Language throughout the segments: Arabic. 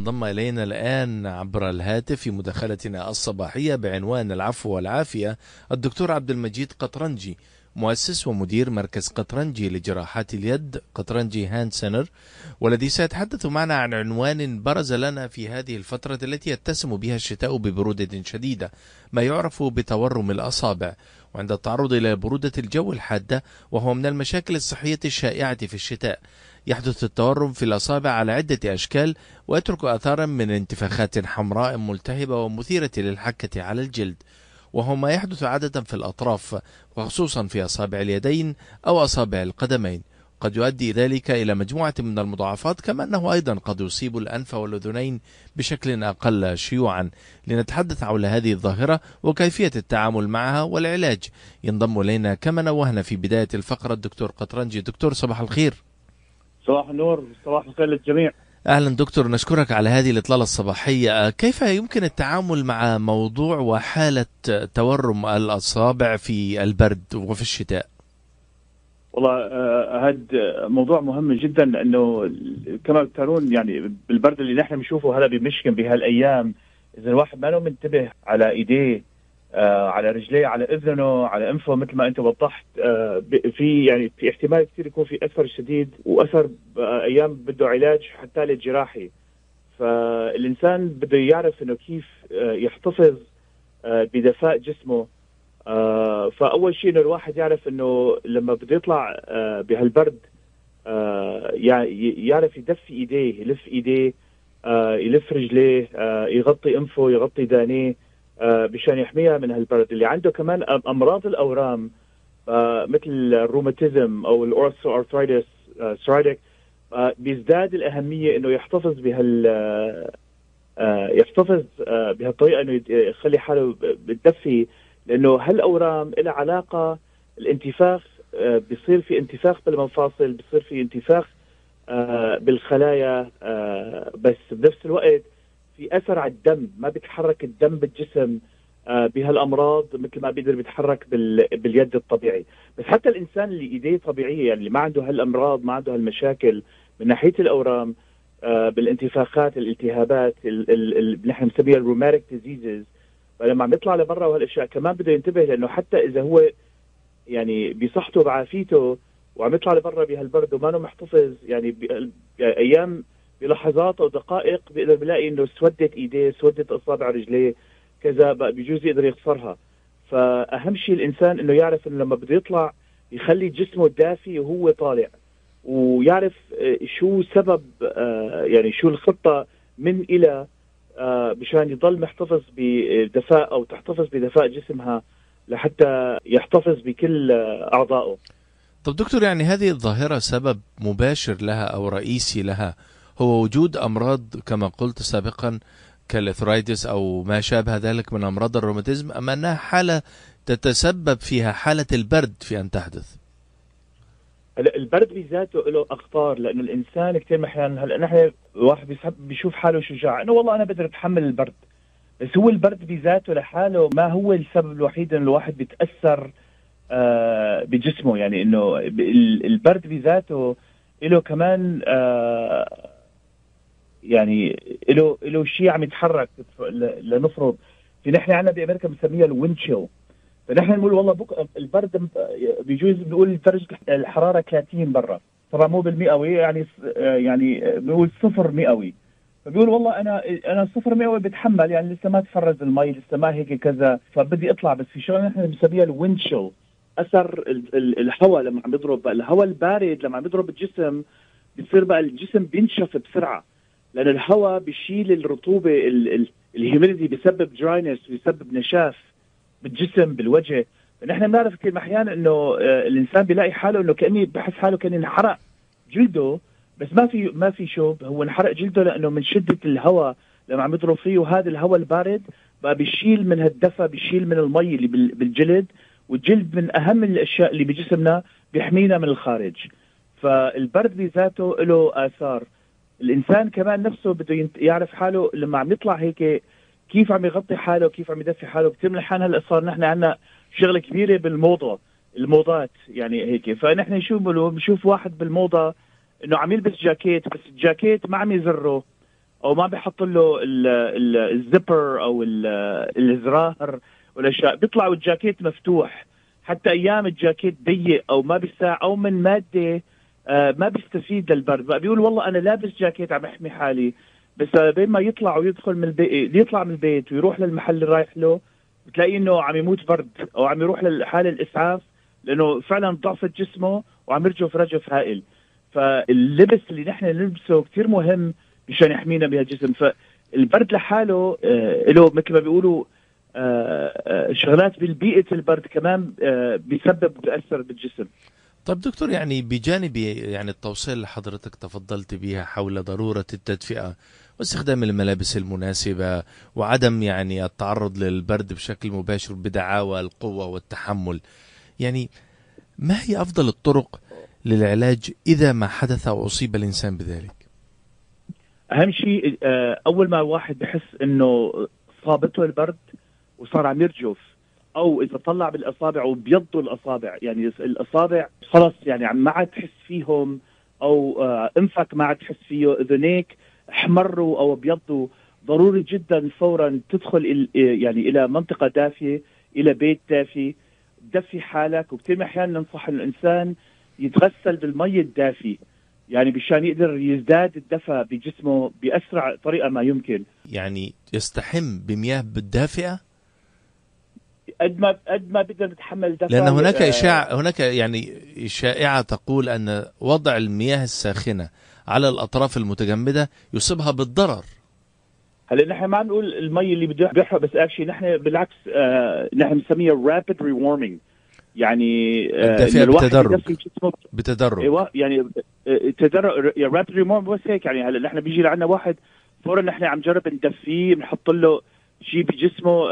انضم إلينا الآن عبر الهاتف في مداخلتنا الصباحية بعنوان العفو والعافية الدكتور عبد المجيد قطرنجي، مؤسس ومدير مركز قطرنجي لجراحات اليد، قطرنجي هاند سنتر، والذي سيتحدث معنا عن عنوان برز لنا في هذه الفترة التي يتسم بها الشتاء ببرودة شديدة، ما يعرف بتورم الأصابع. وعند التعرض إلى برودة الجو الحادة، وهو من المشاكل الصحية الشائعة في الشتاء، يحدث التورم في الأصابع على عدة أشكال، ويترك أثارا من انتفاخات حمراء ملتهبة ومثيرة للحكة على الجلد، وهو ما يحدث عادة في الأطراف، وخصوصا في أصابع اليدين أو أصابع القدمين. قد يؤدي ذلك إلى مجموعة من المضاعفات، كما أنه أيضا قد يصيب الأنف والأذنين بشكل أقل شيوعا. لنتحدث حول هذه الظاهرة وكيفية التعامل معها والعلاج، ينضم إلينا كما نوهنا في بداية الفقرة الدكتور قطرنجي. دكتور صباح الخير. صباح النور، صباح الخير للجميع. أهلا دكتور، نشكرك على هذه الإطلالة الصباحية. كيف يمكن التعامل مع موضوع وحالة تورم الأصابع في البرد وفي الشتاء؟ والله هذا موضوع مهم جدا، لأنه كما تعرفون يعني بالبرد اللي نحن بنشوفه هلا بمشكن بهالأيام، إذا الواحد ما له منتبه على إيديه، على رجليه، على اذنه، على انفه، مثل ما انت وضحت، في احتمال كثير يكون في اثر شديد، واثر ايام بده علاج حتى للجراحي. فالانسان بده يعرف انه كيف يحتفظ بدفاء جسمه. فاول شيء انه الواحد يعرف انه لما بده يطلع بهالبرد يعرف يدفي ايديه، يلف ايديه، يلف رجليه، يغطي انفه، يغطي دانيه، بشان يحميها من هالبرد. اللي عنده كمان امراض الاورام مثل الروماتيزم او الاورثوارثرايتس سرايدك، بيزداد الاهميه انه يحتفظ بهالطريقه، انه يخلي حاله بتدفي، لانه هالاورام لها علاقه الانتفاخ، بيصير في انتفاخ بالمفاصل، بيصير في انتفاخ بالخلايا، بس بنفس الوقت في اثر على الدم، ما بيتحرك الدم بالجسم بهالامراض مثل ما بيقدر بيتحرك باليد الطبيعي. بس حتى الانسان اللي ايديه طبيعيه، يعني اللي ما عنده هالامراض، ما عنده هالمشاكل من ناحيه الاورام، بالانتفاخات، الالتهابات اللي نحن بنسميها الروماتيك ديزيزز، فلما عم يطلع لبرا وهالاشياء كمان بده ينتبه، لانه حتى اذا هو يعني بصحته بعافيته وعم يطلع لبرا بهالبرد وما محتفظ، يعني ايام بلحظات او دقائق بيقدر بيلاقي انه سودت ايديه، سودت اصابع رجليه، كذا بيجوز يقدر يخسرها. فاهم شيء الانسان انه يعرف انه لما بده يطلع يخلي جسمه دافي وهو طالع، ويعرف شو سبب، يعني شو الخطه من الى، بشان يضل محتفظ بدفاء او تحتفظ بدفاء جسمها لحتى يحتفظ بكل اعضائه. طب دكتور، يعني هذه الظاهرة سبب مباشر لها أو رئيسي لها هو وجود أمراض كما قلت سابقا كالإثرايتس أو ما شابه ذلك من أمراض الروماتيزم، أم أنها حالة تتسبب فيها حالة البرد في أن تحدث؟ البرد بذاته له أخطار، لأنه الإنسان كثير أحيانا، هلا نحن واحد بيشوف حاله شجاع إنه والله أنا بقدر أتحمل البرد، بس هو البرد بذاته لحاله ما هو السبب الوحيد إنه الواحد بيتأثر بجسمه. يعني إنه البرد بذاته له كمان يعني له شيء عم يتحرك. لنفرض في نحن عندنا بأمريكا بنسميها الويندشيل، فنحن نقول والله البرد بيجوز بنقول درجة الحرارة 30 برا، طبعا مو بالمئوي، يعني بنقول 0 مئوي، فبيقول والله انا 0 مئوي بتحمل، يعني لسه ما تفرز المي، لسه ما هيك كذا، فبدي اطلع. بس في شغله نحن بنسميها الويندشيل، اثر الهواء لما عم يضرب، الهواء البارد لما عم يضرب الجسم بتصير بقى الجسم بينشف بسرعه، لان الهواء بيشيل الرطوبه، الهيوميديتي، بيسبب دراينس، بيسبب نشاف بالجسم بالوجه. نحن بنعرف كثير احيانا انه الانسان بيلاقي حاله انه كاني بحس حاله كانه انحرق جلده، بس ما في شوب، هو انحرق جلده لانه من شده الهواء لما عم يضرب فيه، وهذا الهواء البارد بقى بيشيل من هالدفى، بيشيل من المي اللي بالجلد، والجلد من اهم الاشياء اللي بجسمنا بيحمينا من الخارج. فالبرد بذاته له اثار. الانسان كمان نفسه بده يعرف حاله لما عم يطلع هيك كيف عم يغطي حاله، كيف عم يدفي حاله. كثير من الأحيان هلا صار نحن عندنا شغله كبيره بالموضه، الموضات يعني هيك، فنحن شو بنشوف واحد بالموضه انه عم يلبس جاكيت، بس الجاكيت ما عم يزره او ما بيحط له الزبر او الزرار والاشياء، بيطلع والجاكيت مفتوح، حتى ايام الجاكيت ضيق او ما بيساع او من ماده ما بيستفيد للبرد، بقى بيقول والله انا لابس جاكيت عم احمي حالي، بس بين ما يطلع ويدخل من البيت، يطلع من البيت ويروح للمحل اللي رايح له بتلاقي انه عم يموت برد او عم يروح لحال الاسعاف لانه فعلا ضعفت جسمه وعم يرجف رجف هائل. فاللبس اللي نحن نلبسه كثير مهم مشان يحمينا بهالجسم. فالبرد لحاله له مثل ما بيقولوا شغلات بالبيئة البرد كمان بيسبب بيأثر بالجسم. طيب دكتور، يعني بجانب يعني التوصية اللي حضرتك تفضلت بها حول ضرورة التدفئة واستخدام الملابس المناسبة وعدم يعني التعرض للبرد بشكل مباشر بدعاوى القوة والتحمل، يعني ما هي أفضل الطرق للعلاج إذا ما حدث أو أصيب الإنسان بذلك؟ أهم شيء أول ما الواحد بحس إنه صابته البرد وصار عم يرجف، او اذا طلع بالاصابع وبيضوا الاصابع، يعني الاصابع خلص يعني ما عاد تحس فيهم، او انفك ما عاد تحس فيه، اذنيك احمروا او ابيضوا، ضروري جدا فورا تدخل يعني الى منطقه دافيه، الى بيت دافي، تدفي حالك. وكثير احيانا ننصح الانسان يتغسل بالمي الدافي، يعني مشان يقدر يزداد الدفء بجسمه باسرع طريقه ما يمكن. يعني يستحم بمياه بالدافئة قد ما بدنا نتحمل دفع، لأن هناك يعني شائعة تقول أن وضع المياه الساخنة على الأطراف المتجمدة يصيبها بالضرر. هلا نحن ما نقول المي اللي بده يحرق، بس اكشلي نحن بالعكس نحن بنسميها رابيد ريورمينج، يعني الدفئة بتدرج. ايوه يعني تدرج رابيد ريورمينج. بس هيك يعني هلا نحن بيجي لعنا واحد فورا نحن عم نجرب ندفيه، بنحط له شيء بجسمه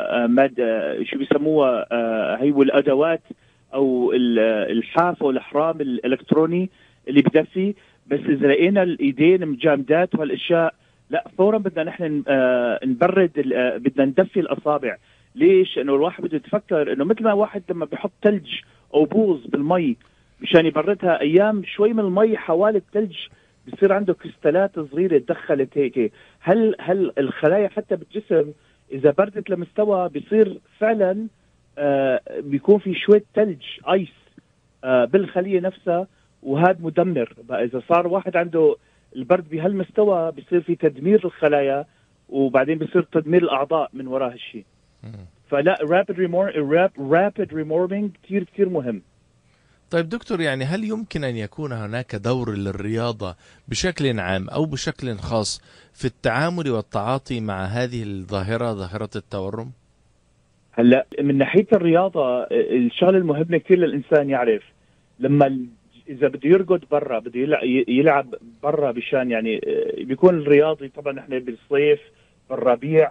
شو بيسموها هي والادوات او الحاف او الحرام الالكتروني اللي بدفي. بس اذا لقينا الايدين مجامدات وهالاشياء لا، فورا بدنا نحن نبرد، بدنا ندفي الاصابع. ليش؟ انه الواحد بده يتفكر انه مثل ما واحد لما بيحط ثلج او بوظ بالمي مشان يبردها، ايام شوي من المي حوالي الثلج بصير عنده كريستالات صغيره تدخلت هيك. هل الخلايا حتى بالجسم اذا بردت لمستوى بصير فعلا بيكون في شويه ثلج ايس بالخليه نفسها، وهذا مدمر. بقى اذا صار واحد عنده البرد بهالمستوى بصير في تدمير الخلايا، وبعدين بصير تدمير الاعضاء من وراء هالشيء. فلا رابيد ريمورمينج كثير كثير مهم. طيب دكتور، يعني هل يمكن أن يكون هناك دور للرياضة بشكل عام أو بشكل خاص في التعامل والتعاطي مع هذه الظاهرة، ظاهرة التورم؟ هلا من ناحية الرياضة الشغله المهمة كثير للإنسان يعرف لما إذا بده يرقد برا، بده يلعب برا، بشان يعني بيكون الرياضي طبعا نحن بالصيف، بالربيع،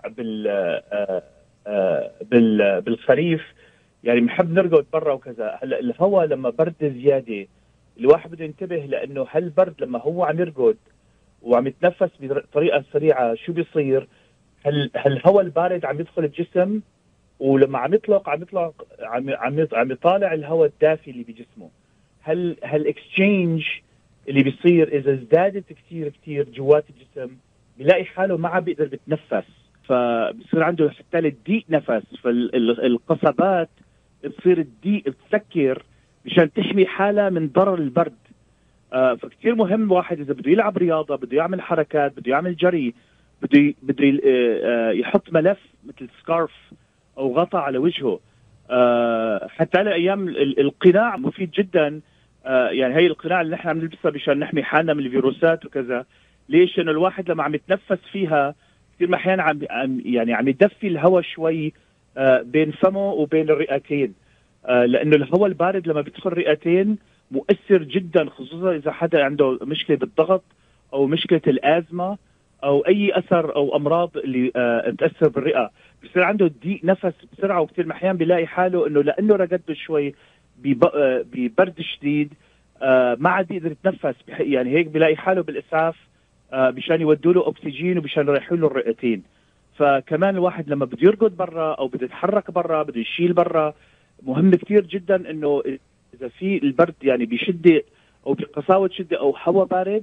بالخريف يعني بنحب نرقد برا وكذا. هلا الهواء لما برد زياده الواحد بده ينتبه، لانه هالبرد لما هو عم يرقد وعم يتنفس بطريقه سريعه شو بيصير؟ هالهواء البارد عم يدخل الجسم، ولما عم يطلق عم يطالع الهواء الدافي اللي بجسمه. هالاكسشينج اللي بيصير اذا ازدادت كثير كثير جوات الجسم بيلاقي حاله ما عم بيقدر يتنفس، فبصير عنده حتى الضيق نفس. فالقصبات بتصير الضيق تسكر مشان تحمي حالها من ضرر البرد. فكتير مهم الواحد اذا بده يلعب رياضه، بده يعمل حركات، بده يعمل جري، بده يحط ملف مثل سكارف او غطاء على وجهه. حتى على ايام القناع مفيد جدا. يعني هي القناع اللي نحن عم نلبسها مشان نحمي حالنا من الفيروسات وكذا. ليش؟ انه الواحد لما عم يتنفس فيها كثير احيانا عم يدفي الهواء شوي بين فمه وبين الرئتين، لانه الهواء البارد لما بيدخل الرئتين مؤثر جدا، خصوصا اذا حدا عنده مشكله بالضغط او مشكله الازمه او اي اثر او امراض اللي بتاثر بالرئه، بصير عنده ضيق نفس بسرعه. وكثير احيانا بيلاقي حاله انه لانه رقد شوي ببرد شديد ما عاد يقدر يتنفس، يعني هيك بيلاقي حاله بالاسعاف مشان يودوا له اكسجين ومشان يريحوا له الرئتين. فكمان الواحد لما بده يرقد برا او بده يتحرك برا، بده يشيل برا، مهم كثير جدا انه اذا في البرد يعني بشده او بقساوه شده او هواء بارد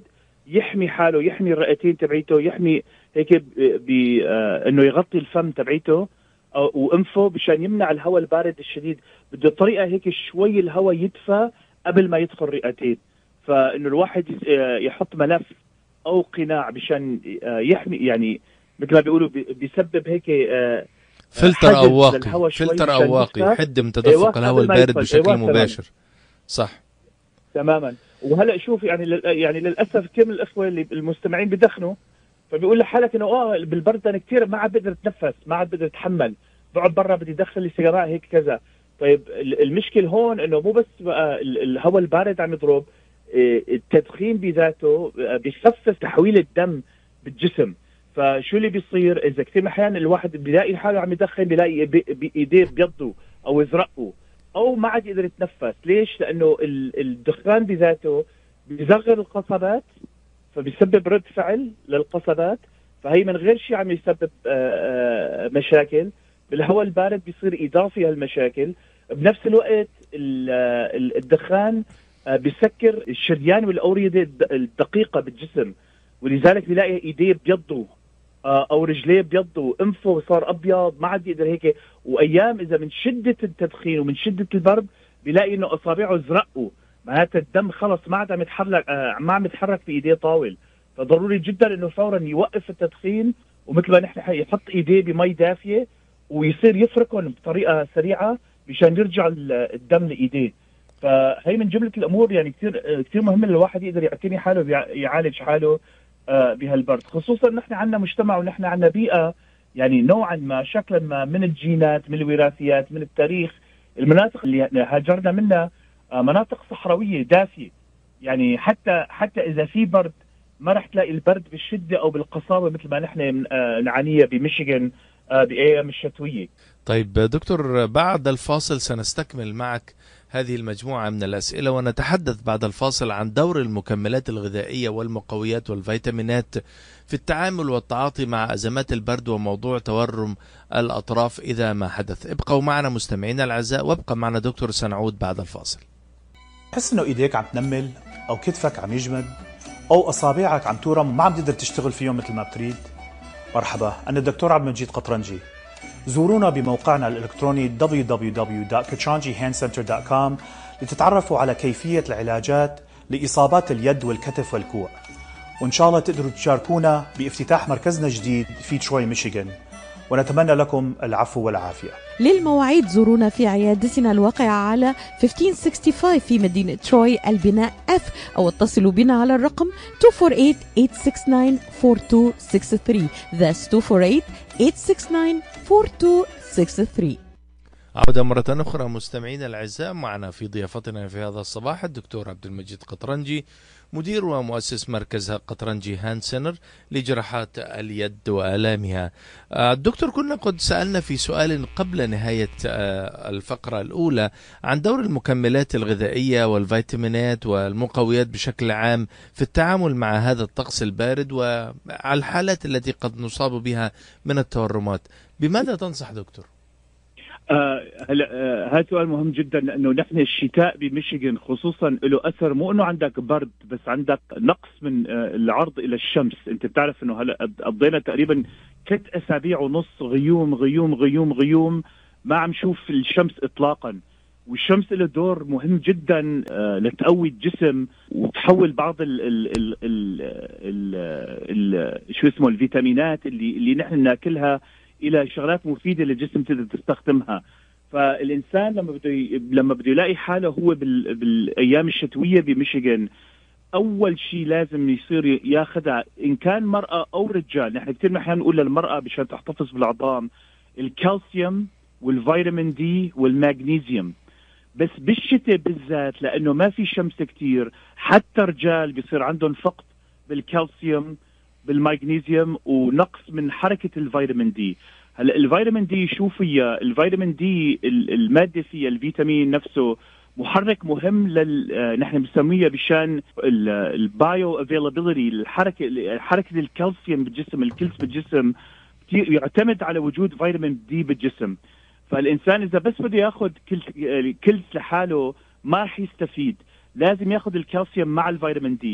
يحمي حاله، يحمي الرئتين تبعيته، يحمي هيك انه يغطي الفم تبعيته وانفه مشان يمنع الهواء البارد الشديد. بده طريقه هيك شوي الهواء يدفى قبل ما يدخل الرئتين، فانه الواحد يحط ملف او قناع مشان يحمي، يعني مثل ما بيقولوا بيسبب هيك فلتر او واقي، فلتر او واقي يحد من تدفق الهواء البارد بشكل مباشر. صح تماما. وهلا شوف يعني للاسف كثير من الاخوه اللي المستمعين بدخنوا، فبيقول لحالك انه بالبرد انا كثير ما عاد بقدر اتنفس، ما عاد بقدر اتحمل، بقعد برا بدي ادخل لي سيجاره هيك كذا. طيب المشكل هون انه مو بس بقى الهواء البارد عم يضرب، التدخين بذاته بيخفف تحويل الدم بالجسم. فشو اللي بيصير اذا كثير احيانا الواحد بيلاقي حاله عم يدخن، بيلاقي بايديه بيضوا او يزرقوا او ما عاد يقدر يتنفس. ليش؟ لانه الدخان بذاته بيصغر القصبات، فبيسبب رد فعل للقصبات، فهي من غير شيء عم يسبب مشاكل. بالهواء البارد بيصير اضافي هالمشاكل. بنفس الوقت الدخان بيسكر الشريان والاورده الدقيقه بالجسم، ولذلك بيلاقي ايديه بيضوا او رجليه بيضوا، انفه صار ابيض، ما عاد يقدر هيك. وايام اذا من شده التدخين ومن شده البرد بيلاقي انه اصابعه زرقوا، معناتها الدم خلص ما عاد عم يتحرك، ما عم يتحرك في ايديه طاول. فضروري جدا انه فورا يوقف التدخين، ومثل ما نحن يحط ايديه بمي دافيه ويصير يفركهم بطريقه سريعه مشان يرجع الدم لايديه. فهي من جمله الامور يعني كثير مهم الواحد يقدر يعتني حاله يعالج حاله بهالبرد، خصوصا نحن عندنا مجتمع ونحن عندنا بيئه يعني نوعا ما شكلا ما من الجينات، من الوراثيات، من التاريخ. المناطق اللي هاجرنا منها مناطق صحراويه دافيه، يعني حتى اذا في برد ما رح تلاقي البرد بالشده او بالقساوه مثل ما نحن نعانيها بميشيغان بايام الشتويه. طيب دكتور، بعد الفاصل سنستكمل معك هذه المجموعة من الأسئلة، ونتحدث بعد الفاصل عن دور المكملات الغذائية والمقويات والفيتامينات في التعامل والتعاطي مع أزمات البرد وموضوع تورم الأطراف إذا ما حدث. ابقوا معنا مستمعينا الأعزاء، وابقى معنا دكتور. سنعود بعد الفاصل. تحس إنه إيديك عم تنمل أو كتفك عم يجمد أو أصابعك عم تورم وما عم تقدر تشتغل فيهم مثل ما بتريد؟ مرحبا، أنا الدكتور عبد المجيد قطرنجي. زورونا بموقعنا الإلكتروني www.katranjihandcenter.com لتتعرفوا على كيفية العلاجات لإصابات اليد والكتف والكوع، وإن شاء الله تقدروا تشاركونا بافتتاح مركزنا الجديد في تروي ميشيغان، ونتمنى لكم العفو والعافية. للمواعيد زورونا في عيادتنا الواقعة على 1565 في مدينة تروي البناء F، أو اتصلوا بنا على الرقم 248-869-4263. That's 248-869-4263. عودة مرة أخرى مستمعين الأعزاء، معنا في ضيافتنا في هذا الصباح الدكتور عبد المجيد قطرنجي، مدير ومؤسس مركز قطرنجي هاند سنتر لجراحات اليد وآلامها. الدكتور، كنا قد سألنا في سؤال قبل نهاية الفقرة الأولى عن دور المكملات الغذائية والفيتامينات والمقويات بشكل عام في التعامل مع هذا الطقس البارد وعلى الحالات التي قد نصاب بها من التورمات. بماذا تنصح دكتور؟ هلا هذا سؤال مهم جدا، لانه نحن الشتاء بميشيغان خصوصا له اثر، مو انه عندك برد بس، عندك نقص من العرض الى الشمس. انت بتعرف انه هلا قضينا تقريبا 3 أسابيع ونص غيوم غيوم غيوم غيوم، ما عم نشوف الشمس اطلاقا. والشمس له دور مهم جدا لتقوي الجسم وتحول بعض شو اسمه الفيتامينات اللي نحن ناكلها الى شغلات مفيده للجسم تقدر تستخدمها. فالانسان لما بده يلاقي حاله هو بالايام الشتويه بميشيغان، اول شيء لازم يصير ياخذها ان كان مرأة او رجال. نحن كثير احيانا نقول للمرأة مشان تحتفظ بالعظام الكالسيوم والفيتامين دي والمغنيسيوم، بس بالشتاء بالذات لانه ما في شمس كثير، حتى رجال بيصير عندهم فقد بالكالسيوم بالمغنيسيوم ونقص من حركة الفيتامين دي. هلا الفيتامين دي شو فيها؟ الفيتامين دي المادة فيها الفيتامين نفسه محرك مهم نحن بنسميها بشان البايو افيلابيلتي، حركة الكالسيوم بالجسم، الكلس بالجسم يعتمد على وجود فيتامين دي بالجسم. فالإنسان إذا بس بده ياخذ كلس لحاله ما راح يستفيد، لازم ياخذ الكالسيوم مع الفيتامين دي.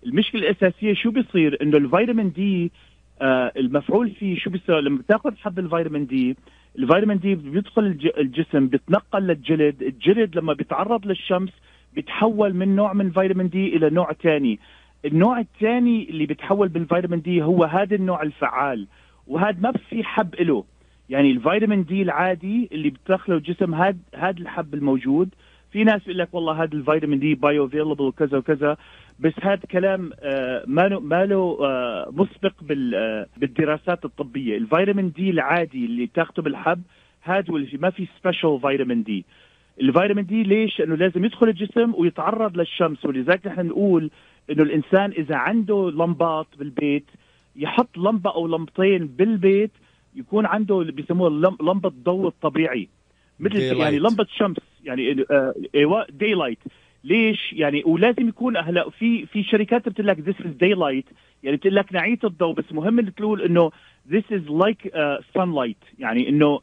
المشكله الاساسيه شو بيصير انه الفيتامين دي المفعول فيه شو بيصير لما بتاخذ حب الفيتامين دي. الفيتامين دي بيدخل الجسم، بيتنقل للجلد، الجلد لما بيتعرض للشمس بيتحول من نوع من فيتامين دي الى نوع ثاني. النوع الثاني اللي بيتحول بالفيتامين دي هو هذا النوع الفعال، وهذا ما في حب له. يعني الفيتامين دي العادي اللي بتدخله الجسم هذا الحب الموجود. في ناس بيقول لك والله هذا الفيتامين دي بايو افيلبل وكذا وكذا، بس هذا كلام ما له مسبق بالدراسات الطبيه. الفيتامين دي العادي اللي تاخده بالحب هذا ما في سبيشال فيتامين دي. الفيتامين دي ليش؟ انه لازم يدخل الجسم ويتعرض للشمس، ولذلك نحن نقول انه الانسان اذا عنده لمبات بالبيت يحط لمبه او لمبتين بالبيت، يكون عنده اللي بيسموه لمبه ضوء الطبيعي، مثل يعني لمبه شمس، يعني ايوه داي لايت. ليش؟ يعني ولازم يكون هلا في شركات بتقول لك this is daylight، يعني بتقول لك نوعيه الضوء، بس مهم انك تقول انه this is like sunlight، يعني انه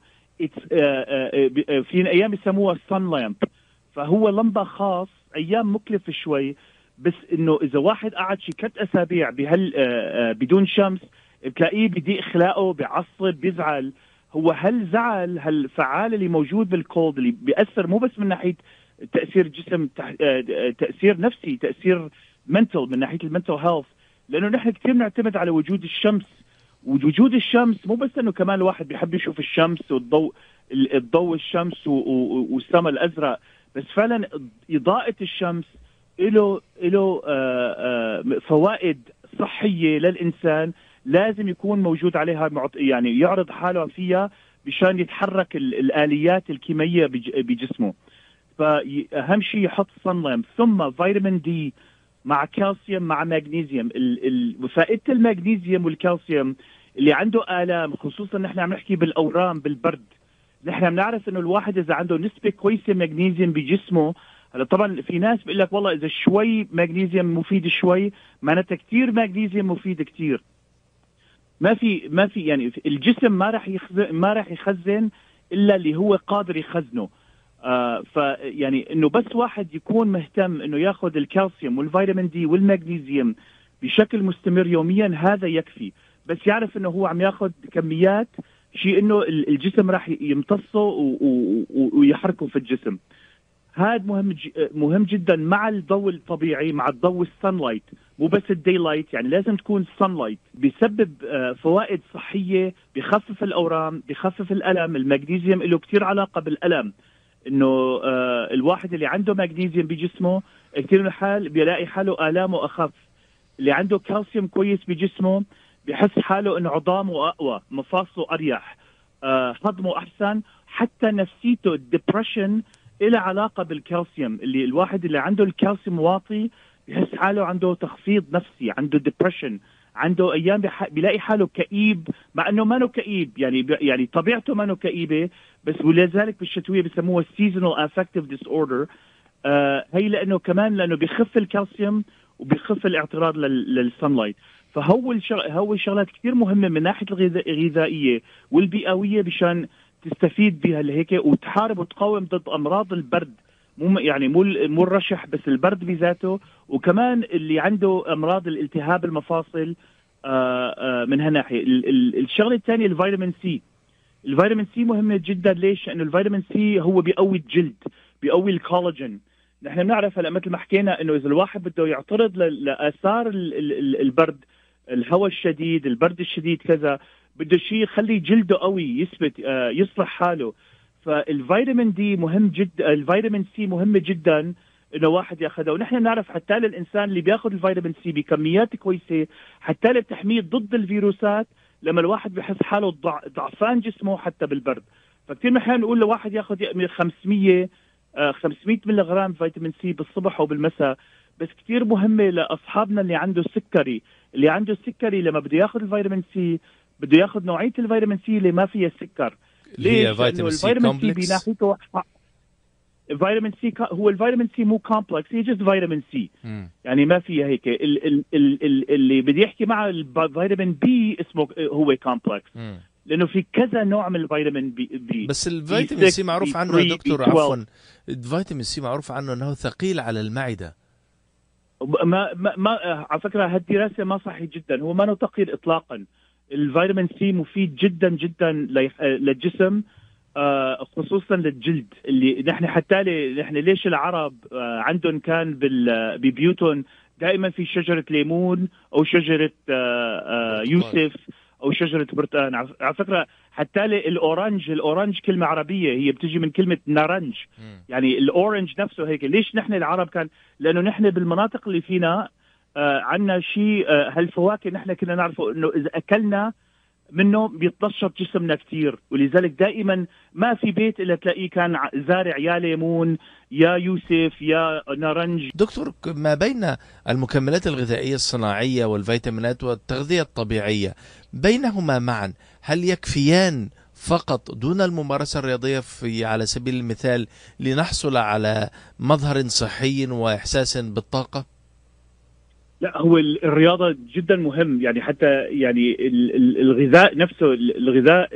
في ايام يسموها sun lamp، فهو لمبه خاص، ايام مكلف شوي، بس انه اذا واحد قعد شي 3 اسابيع بدون شمس بتلاقيه بيضيق خلاقه، بيعصب، بيزعل. هو هالفعال اللي موجود بالكولد اللي بيأثر مو بس من ناحيه تأثير الجسم، تأثير نفسي، تأثير منتل من ناحيه المنتل هيلث، لانه نحن كثير نعتمد على وجود الشمس. ووجود الشمس مو بس انه كمان الواحد بيحب يشوف الشمس والضوء الشمس والسماء الازرق، بس فعلا اضاءه الشمس له فوائد صحيه للانسان، لازم يكون موجود عليها، يعني يعرض حاله فيها مشان يتحرك الآليات الكيميائية بجسمه. فأهم شيء يحط صن لامب، ثم فيتامين دي مع كالسيوم مع مغنيسيوم. فائدة المغنيسيوم والكالسيوم اللي عنده آلام، خصوصا نحن عم نحكي بالأورام بالبرد، نحن بنعرف انه الواحد اذا عنده نسبة كويسة مغنيسيوم بجسمه، هلا طبعا في ناس بيقول لك والله اذا شوي مغنيسيوم مفيد شوي، معناتها كثير مغنيسيوم مفيد كثير. ما في يعني الجسم ما راح يخزن الا اللي هو قادر يخزنه. فيعني انه بس واحد يكون مهتم انه ياخذ الكالسيوم والفيتامين دي والمغنيسيوم بشكل مستمر يوميا، هذا يكفي. بس يعرف انه هو عم ياخذ كميات شيء انه الجسم راح يمتصه ويحركه في الجسم. هذا مهم جدا مع الضوء الطبيعي، مع الضوء السانلايت، مو بس الداي لايت، يعني لازم تكون سانلايت. بيسبب فوائد صحيه، بيخفف الاورام، بيخفف الالم. المغنيسيوم له كثير علاقه بالالم، انه الواحد اللي عنده مغنيسيوم بجسمه كثير من الحال بيلاقي حاله الامه اخف. اللي عنده كالسيوم كويس بجسمه بيحس حاله انه عظامه اقوى، مفاصله اريح، هضمه احسن، حتى نفسيته. الدبريشن إلى علاقة بالكالسيوم. اللي الواحد اللي عنده الكالسيوم واطي بيحس حاله عنده تخفيض نفسي، عنده ديبريشن، عنده أيام بيلاقي حاله كئيب، مع أنه ما كئيب، يعني طبيعته ما كئيبة، بس ولذلك بالشتوية بيسموها seasonal affective disorder. هي لأنه كمان لأنه بيخف الكالسيوم وبيخف الاعتراض للسانلايت. هو الشغلات كثير مهمة من ناحية الغذائية والبيئوية مشان تستفيد بها لهيك وتحارب وتقاوم ضد امراض البرد، مو الرشح بس، البرد بذاته، وكمان اللي عنده امراض الالتهاب المفاصل من هالناحيه. الشغله الثانيه الفيتامين سي. الفيتامين سي مهمه جدا. ليش؟ لانه الفيتامين سي هو بيقوي الجلد، بيقوي الكولاجين. نحن بنعرف هلا مثل ما حكينا انه اذا الواحد بده يعترض لاثار البرد، الهواء الشديد، البرد الشديد كذا، بده شيء يخلي جلده قوي، يثبت، يصلح حاله. فالفيتامين دي مهم جدا، الفيتامين سي مهمة جدا انه واحد ياخذها. ونحن نعرف حتى للانسان اللي بياخذ الفيتامين سي بكميات كويسة، حتى بتحميه ضد الفيروسات لما الواحد بيحس حاله ضعفان جسمه حتى بالبرد. فكتير نحن نقول لواحد ياخذ 500 ملغرام فيتامين سي بالصبح وبالمساء. بس كتير مهمة لأصحابنا اللي عنده السكري، لما بده ياخذ الفيتامين سي بده ياخذ نوعية الفيتامين سي اللي ما فيها سكر. ليش؟ فيتامين سي كومبلكس. بناحيته الفيتامين سي هو الفيتامين سي مو كومبلكس، هي جست فيتامين سي، يعني ما فيها هيك. اللي بدي يحكي مع الفيتامين بي اسمه هو كومبلكس، لانه في كذا نوع من الفيتامين بي. بس الفيتامين سي معروف عنه يا دكتور، عفوا، الفيتامين سي معروف عنه انه ثقيل على المعدة. ما على فكرة هالدراسة ما صحيح جدا، هو ما تقييد إطلاقا. الفيتامين سي مفيد جدا جدا للجسم، خصوصا للجلد. اللي نحن حتى نحن ليش العرب عندهم كان ببيوتهم دائما في شجرة ليمون أو شجرة يوسف أو شجرة برتقال. على فكرة حتى الأورنج كلمة عربية، هي بتجي من كلمة نارنج، يعني الأورنج نفسه هيك. ليش نحن العرب كان؟ لأنه نحن بالمناطق اللي فينا عنا شيء هالفواكه نحن كنا نعرفه إنه إذا أكلنا منه بيتنشط جسمنا كتير، ولذلك دائما ما في بيت إلا تلاقيه كان زارع يا ليمون يا يوسف يا نارنج. دكتور، ما بين المكملات الغذائية الصناعية والفيتامينات والتغذية الطبيعية بينهما معا، هل يكفيان فقط دون الممارسة الرياضية على سبيل المثال لنحصل على مظهر صحي وإحساس بالطاقة؟ لا، هو الرياضة جدا مهم، يعني حتى يعني الغذاء نفسه، الغذاء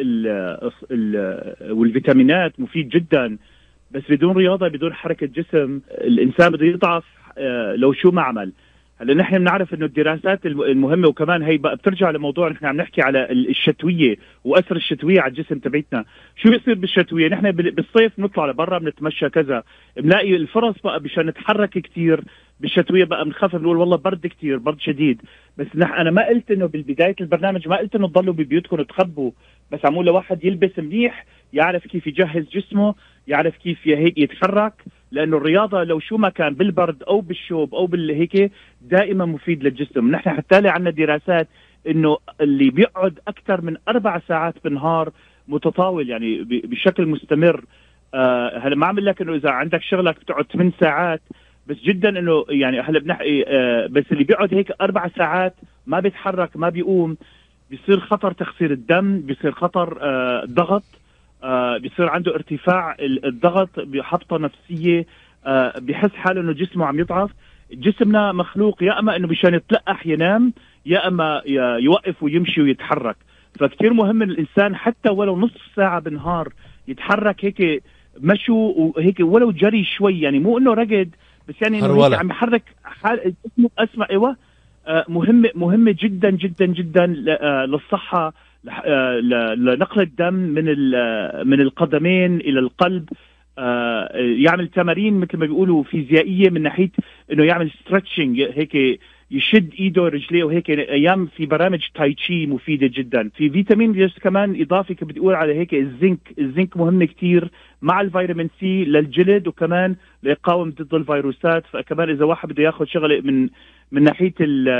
والفيتامينات مفيد جدا، بس بدون رياضة بدون حركة جسم الإنسان بده يضعف لو شو ما عمل. هلا نحن بنعرف انه الدراسات المهمة، وكمان هي بقى بترجع لموضوع نحن عم نحكي على الشتوية وأثر الشتوية على الجسم تبعتنا. شو بيصير بالشتوية؟ نحن بالصيف نطلع لبرا بنتمشى كذا، بنلاقي الفرص بقى مشان نتحرك كتير. بالشتوية بقى بنخاف بنقول والله برد كتير، برد شديد. بس أنا ما قلت إنه بالبداية البرنامج ما قلت إنه تضلوا ببيوتكم وتخبوا، بس عمول لواحد يلبس منيح، يعرف كيف يجهز جسمه، يعرف كيف هيك يتحرك، لأنه الرياضة لو شو ما كان بالبرد أو بالشوب أو بالهيك دائما مفيد للجسم. نحن حتى عندنا دراسات إنه اللي بيقعد أكثر من 4 ساعات بالنهار متطاول، يعني بشكل مستمر. هلا ما عم لك إنه إذا عندك شغلك بتقعد 8 ساعات، بس جدا انه يعني هلا بنحكي بس اللي بيقعد هيك 4 ساعات ما بيتحرك ما بيقوم، بيصير خطر تخسير الدم، بيصير خطر ضغط، بيصير عنده ارتفاع الضغط، بحبطة نفسية، بحس حاله انه جسمه عم يضعف. جسمنا مخلوق يا اما انه مشان يتلقح ينام، يا اما يوقف ويمشي ويتحرك. فكتير مهم ان الانسان حتى ولو نصف ساعة بالنهار يتحرك، هيك مشوا وهيك ولو جري شوي، يعني مو انه رقد بس، يعني انه عم يحرك جسمه. اسمع، ايوه، مهمه جدا جدا جدا للصحه، لنقل الدم من القدمين الى القلب. يعمل تمارين مثل ما بيقولوا فيزيائيه من ناحيه انه يعمل ستريتشنج، هيك يشد ايده ورجليه وهيك. ايام في برامج تاي تشي مفيده جدا. في فيتامين كمان اضافي بتقول على هيك الزنك مهم كتير مع الفيتامين سي للجلد، وكمان ليقاوم ضد الفيروسات. فكمان اذا واحد بده ياخذ شغله من ناحيه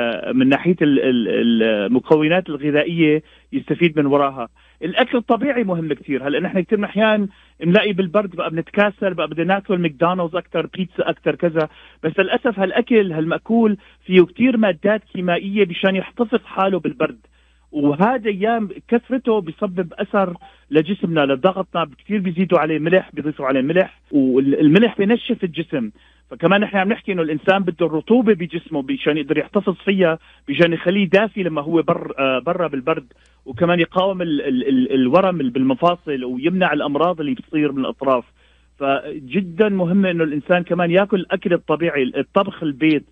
المكونات الغذائيه يستفيد من وراها. الاكل الطبيعي مهم كتير. هلا نحن كثير احيان نلاقي بالبرد بقى بنتكاسل، بقى بدنا ناكل ماكدونالدز اكثر، بيتزا اكثر، كذا. بس للاسف هالمأكول فيه كتير مادات كيميائيه مشان يحتفظ حاله بالبرد، وهذا ايام كثرته بيسبب اثر لجسمنا، لضغطنا كثير، بيزيدوا عليه ملح، بيضيفوا عليه ملح، والملح بينشف الجسم. فكمان نحن عم نحكي انه الانسان بده الرطوبه بجسمه مشان يقدر يحتفظ فيها، مشان يخليه دافي لما هو برا بالبرد، وكمان يقاوم الورم بالمفاصل ويمنع الامراض اللي بتصير من الاطراف. فجدا مهم انه الانسان كمان ياكل الاكل الطبيعي، الطبخ البيت،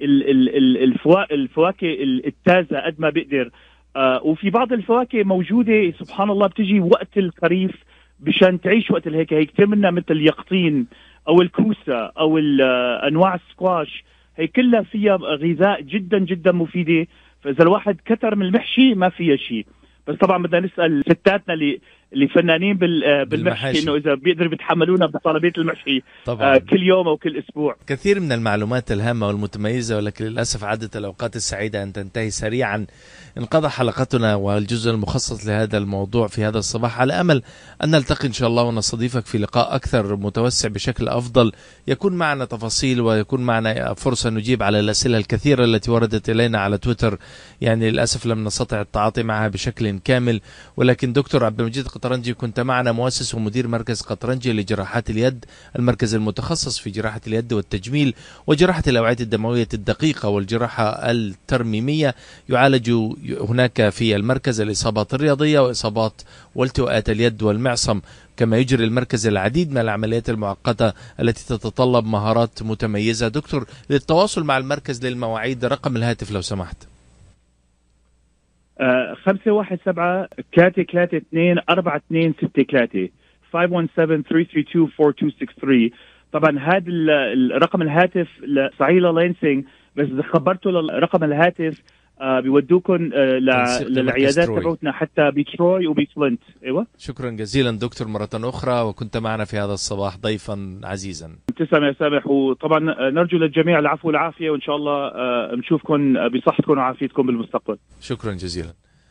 الفواكه التازه قد ما بيقدر. وفي بعض الفواكه موجوده سبحان الله بتجي وقت الخريف مشان تعيش وقت الهيك. هي كثير منها مثل اليقطين او الكوسه او انواع السكواش، هي كلها فيها غذاء جدا جدا مفيده. فاذا الواحد كتر من المحشي ما فيها شيء. بس طبعا بدنا نسال ستاتنا اللي فنانين بالمحشي انه اذا بيقدروا بيتحملونا بطلبيه المحشي طبعا كل يوم او كل اسبوع. كثير من المعلومات الهامه والمتميزه، ولكن للاسف عادت الاوقات السعيده ان تنتهي سريعا. انقضى حلقتنا والجزء المخصص لهذا الموضوع في هذا الصباح، على امل ان نلتقي ان شاء الله ونستضيفك في لقاء اكثر متوسع بشكل افضل، يكون معنا تفاصيل ويكون معنا فرصه نجيب على الاسئله الكثيره التي وردت الينا على تويتر. يعني للاسف لم نستطع التعاطي معها بشكل كامل، ولكن دكتور عبد المجيد قطرنجي، كنت معنا مؤسس ومدير مركز قطرنجي لجراحات اليد، المركز المتخصص في جراحة اليد والتجميل وجراحة الأوعية الدموية الدقيقة والجراحة الترميمية. يعالج هناك في المركز الإصابات الرياضية وإصابات والتواءات اليد والمعصم، كما يجري المركز العديد من العمليات المعقدة التي تتطلب مهارات متميزة. دكتور، للتواصل مع المركز للمواعيد رقم الهاتف لو سمحت. 517-332-4263 517-332-4263. طبعا هذا رقم الهاتف لصعيلة لينسينج، بس إذا خبرتوا رقم الهاتف بيودوكم للعيادات تبعتنا حتى بتروي وبفلنت. ايوه، شكرا جزيلا دكتور مرة أخرى، وكنت معنا في هذا الصباح ضيفا عزيزا. تسلم يا سامح، وطبعا نرجو للجميع العفو والعافية، وإن شاء الله نشوفكم بصحتكم وعافيتكم بالمستقبل. شكرا جزيلا.